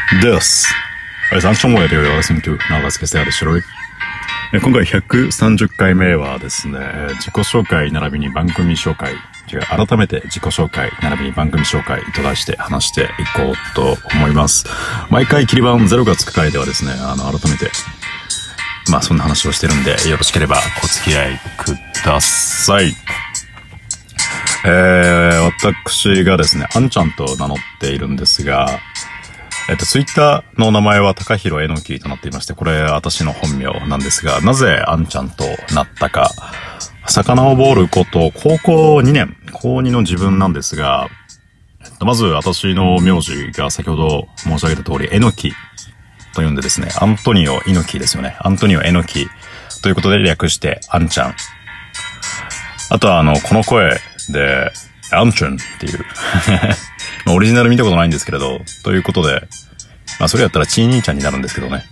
This is Anton Radio you're listening to Now let's get started, shall we? 今回130回目はですね、自己紹介並びに番組紹介、改めて自己紹介並びに番組紹介と題して話していこうと思います。毎回切り番0がつく回ではですね、改めて、そんな話をしてるんで、よろしければお付き合いください。私がですね、あんちゃんと名乗っているんですが、ツイッターの名前は高弘えのきとなっていまして、これ私の本名なんですが、なぜあんちゃんとなったか、遡ること高校2年、高2の自分なんですが、まず私の名字が先ほど申し上げた通り、えのきと呼んでですね、アントニオ猪木ですよね。アントニオ猪木ということで略してあんちゃん。あとはこの声で、あんちゃんっていうオリジナル見たことないんですけれど、ということで、それやったらチー兄ちゃんになるんですけどね。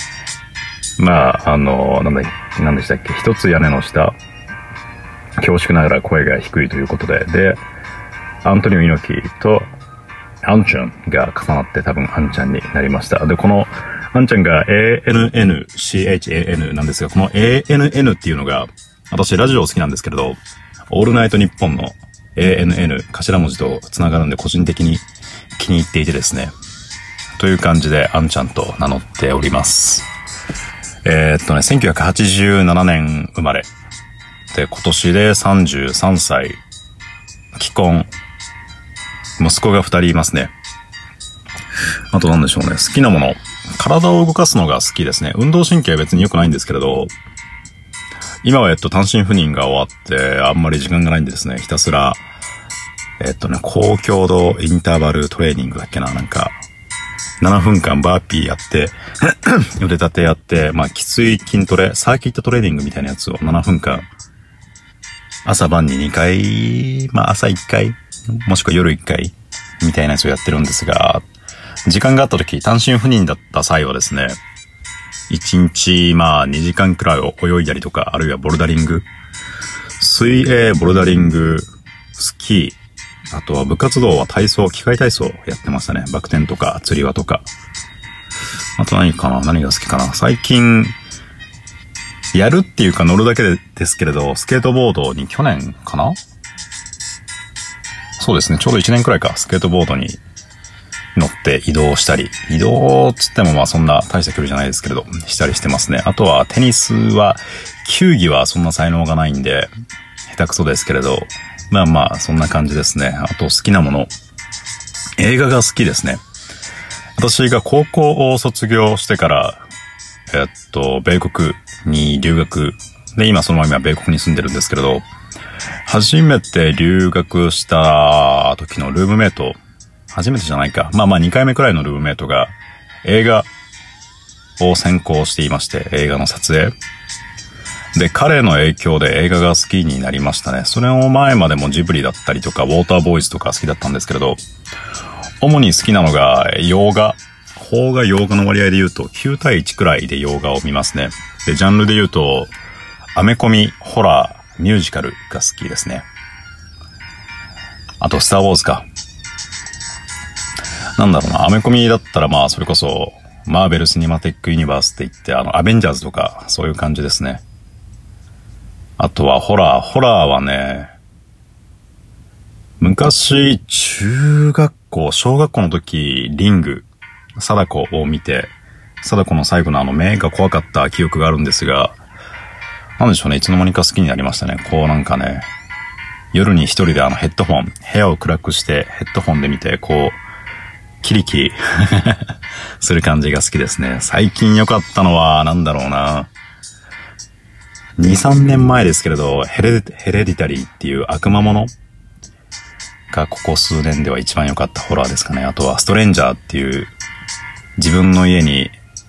何でしたっけ、一つ屋根の下、恐縮ながら声が低いということで、で、アントニオ猪木とあんちゃんが重なって多分あんちゃんになりました。で、このあんちゃんが ANNCHAN なんですが、この ANN っていうのが、私ラジオ好きなんですけれど、オールナイトニッポンのANN 頭文字と繋がるんで個人的に気に入っていてですね。という感じであんちゃんと名乗っております。1987年生まれ。で、今年で33歳。既婚。息子が2人いますね。あとなんでしょうね。好きなもの。体を動かすのが好きですね。運動神経は別に良くないんですけれど、今は単身赴任が終わってあんまり時間がないんでですね、ひたすら高強度インターバルトレーニングだっけな、7分間バーピーやって腕立てやって、きつい筋トレ、サーキットトレーニングみたいなやつを7分間朝晩に2回、朝1回もしくは夜1回みたいなやつをやってるんですが、時間があった時、単身赴任だった際はですね、1日2時間くらいを泳いだりとか、あるいはボルダリング、水泳、ボルダリング、スキー、あとは部活動は体操、機械体操やってましたね。バク転とか釣り輪とか。あと何が好きかな。最近やるっていうか乗るだけですけれど、スケートボードに去年かな？そうですね、ちょうど1年くらいか、スケートボードに乗って移動したり、移動つってもそんな大した距離じゃないですけれど、したりしてますね。あとはテニスは、球技はそんな才能がないんで、下手くそですけれど、そんな感じですね。あと好きなもの。映画が好きですね。私が高校を卒業してから、米国に留学。で、今そのまま米国に住んでるんですけれど、初めて留学した時のルームメイト、初めてじゃないか。2回目くらいのルームメイトが映画を専攻していまして、映画の撮影。で、彼の影響で映画が好きになりましたね。それの前までもジブリだったりとか、ウォーターボーイズとか好きだったんですけれど、主に好きなのが洋画。邦画洋画の割合で言うと9対1くらいで洋画を見ますね。で、ジャンルで言うと、アメコミ、ホラー、ミュージカルが好きですね。あと、スターウォーズか。アメコミだったらそれこそ、マーベル・シネマティック・ユニバースって言って、アベンジャーズとか、そういう感じですね。あとはホラーはね、昔、小学校の時、リング、貞子を見て、貞子の最後の目が怖かった記憶があるんですが、なんでしょうね、いつの間にか好きになりましたね。夜に一人でヘッドホン、部屋を暗くしてヘッドホンで見て、キリキリする感じが好きですね。最近良かったのは、2、3年前ですけれど、ヘレディタリーっていう悪魔ものがここ数年では一番良かったホラーですかね。あとはストレンジャーっていう自分の家に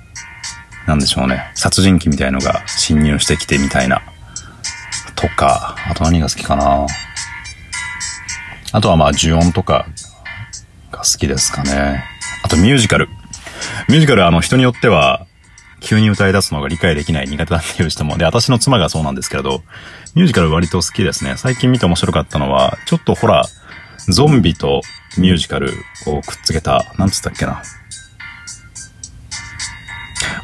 殺人鬼みたいのが侵入してきてみたいなとか、あと何が好きかな。あとは呪音とかが好きですかね。あとミュージカル人によっては急に歌い出すのが理解できない苦手だっていう人も、で、私の妻がそうなんですけれど、ミュージカル割と好きですね。最近見て面白かったのは、ちょっとホラー、ゾンビとミュージカルをくっつけた、なんつったっけな。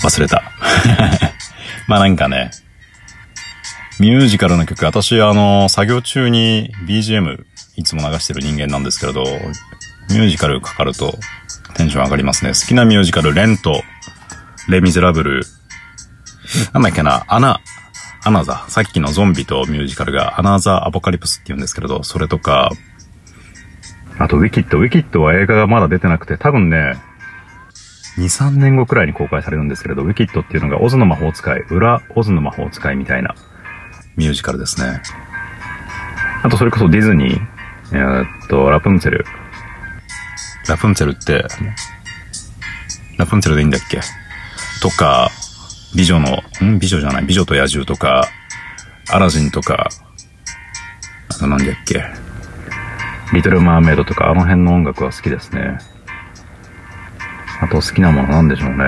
忘れた。まあなんかね、ミュージカルの曲、私作業中に BGM いつも流してる人間なんですけれど、ミュージカルかかるとテンション上がりますね。好きなミュージカル、レント、レ・ミゼラブル、なんだっけな、アナザ、さっきのゾンビとミュージカルがアナザ・アポカリプスって言うんですけれど、それとか、あとウィキッドは映画がまだ出てなくて、多分ね、2、3年後くらいに公開されるんですけれど、ウィキッドっていうのがオズの魔法使い、裏オズの魔法使いみたいなミュージカルですね。あとそれこそディズニー、ラプンツェルって、ラプンツェルでいいんだっけとか、美女と野獣とか、アラジンとか、あとなんだっけ、リトルマーメイドとか、あの辺の音楽は好きですね。あと好きなものなんでしょうね。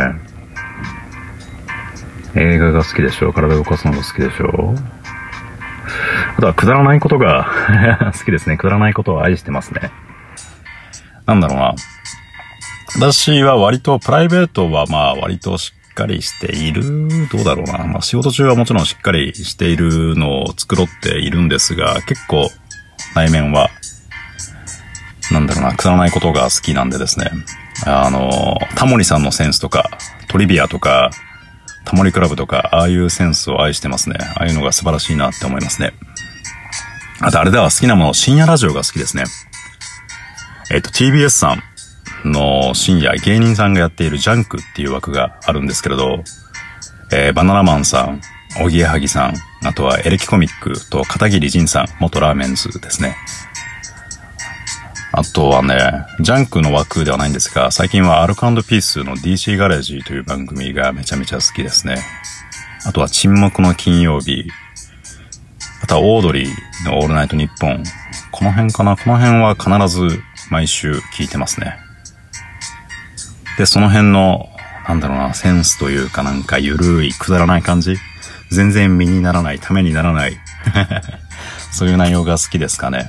映画が好きでしょう。体を動かすのが好きでしょう。あとはくだらないことが好きですね。くだらないことを愛してますね。なんだろうな。私は割とプライベートは割としっかりしている。どうだろうな。仕事中はもちろんしっかりしているのを繕っているんですが、結構内面はなんだろうな、くだらないことが好きなんでですね。タモリさんのセンスとか、トリビアとか、タモリクラブとか、ああいうセンスを愛してますね。ああいうのが素晴らしいなって思いますね。あとあれでは好きなもの、深夜ラジオが好きですね。TBS さんの深夜、芸人さんがやっているジャンクっていう枠があるんですけれど、バナナマンさん、おぎやはぎさん、あとはエレキコミックと片桐仁さん、元ラーメンズですね。あとはね、ジャンクの枠ではないんですが、最近はアルコ&ピースの DC ガレージという番組がめちゃめちゃ好きですね。あとは沈黙の金曜日。あとはオードリーのオールナイトニッポン。この辺かな？この辺は必ず毎週聞いてますね。で、その辺の、なんだろうな、センスというかなんかゆるい、くだらない感じ。全然身にならない、ためにならない。そういう内容が好きですかね。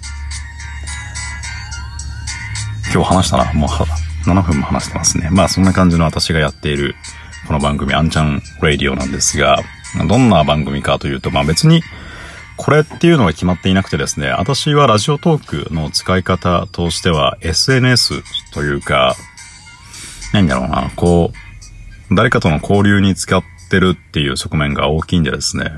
今日話したな。もう7分も話してますね。そんな感じの私がやっているこの番組、アンチャンレイディオなんですが、どんな番組かというと、別にこれっていうのが決まっていなくてですね、私はラジオトークの使い方としては SNS というか、何だろうな、誰かとの交流に使ってるっていう側面が大きいんでですね、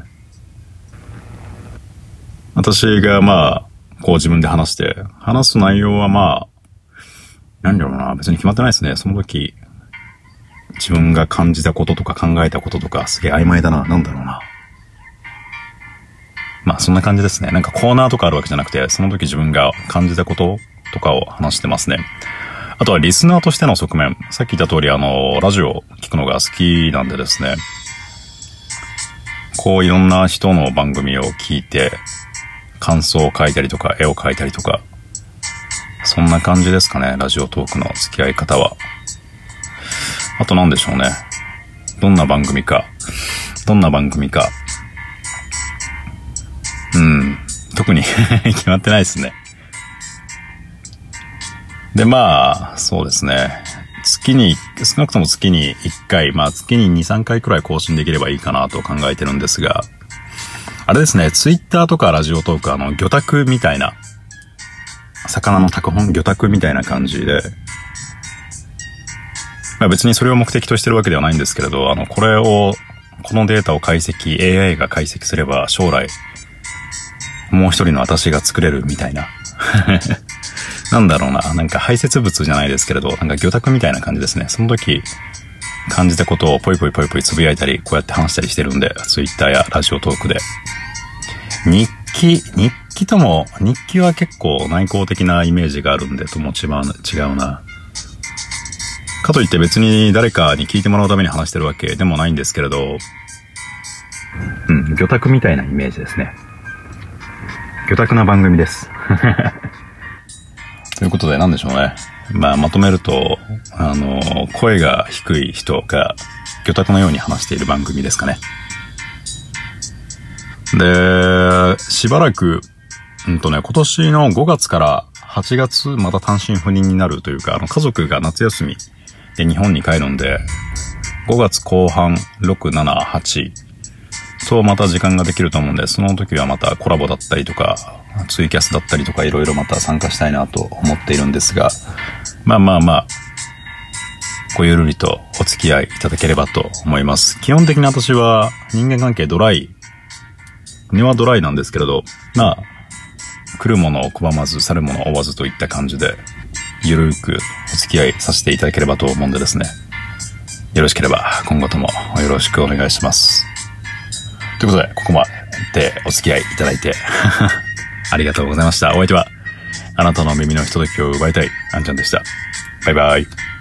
私が自分で話す内容はなんだろうな、別に決まってないですね。その時、自分が感じたこととか考えたこととか、すげえ曖昧だな。なんだろうな。そんな感じですね。なんかコーナーとかあるわけじゃなくて、その時自分が感じたこととかを話してますね。あとはリスナーとしての側面。さっき言った通り、ラジオ聞くのが好きなんでですね。いろんな人の番組を聞いて、感想を書いたりとか、絵を描いたりとか、そんな感じですかね、ラジオトークの付き合い方は。あとなんでしょうね。どんな番組か。特に決まってないですね。で、そうですね。少なくとも月に1回、月に2、3回くらい更新できればいいかなと考えてるんですが、あれですね、ツイッターとかラジオトーク魚拓みたいな、魚の拓本、魚拓みたいな感じで、別にそれを目的としてるわけではないんですけれど、このデータをAI が解析すれば将来、もう一人の私が作れるみたいな。なんだろうな、なんか排泄物じゃないですけれど、なんか魚拓みたいな感じですね。その時、感じたことをポイポイつぶやいたり、こうやって話したりしてるんで、ツイッターやラジオトークで。日記は結構内向的なイメージがあるんで、とも違うな。かといって別に誰かに聞いてもらうために話してるわけでもないんですけれど、魚拓みたいなイメージですね。魚拓な番組です。ということで何でしょうね。まとめると、声が低い人が魚拓のように話している番組ですかね。で、しばらく、今年の5月から8月、また単身赴任になるというか、家族が夏休みで日本に帰るんで、 5月後半、6、7、8とまた時間ができると思うんで、その時はまたコラボだったりとか、ツイキャスだったりとかいろいろまた参加したいなと思っているんですが、まあ、ごゆるりとお付き合いいただければと思います。基本的に私は人間関係ドライ、根はドライなんですけれど、来るものを拒まず、去るものを追わずといった感じで、ゆるくお付き合いさせていただければと思うんでですね。よろしければ今後ともよろしくお願いします。ということで、ここまでお付き合いいただいてありがとうございました。お相手はあなたの耳のひとときを奪いたいあんちゃんでした。バイバイ。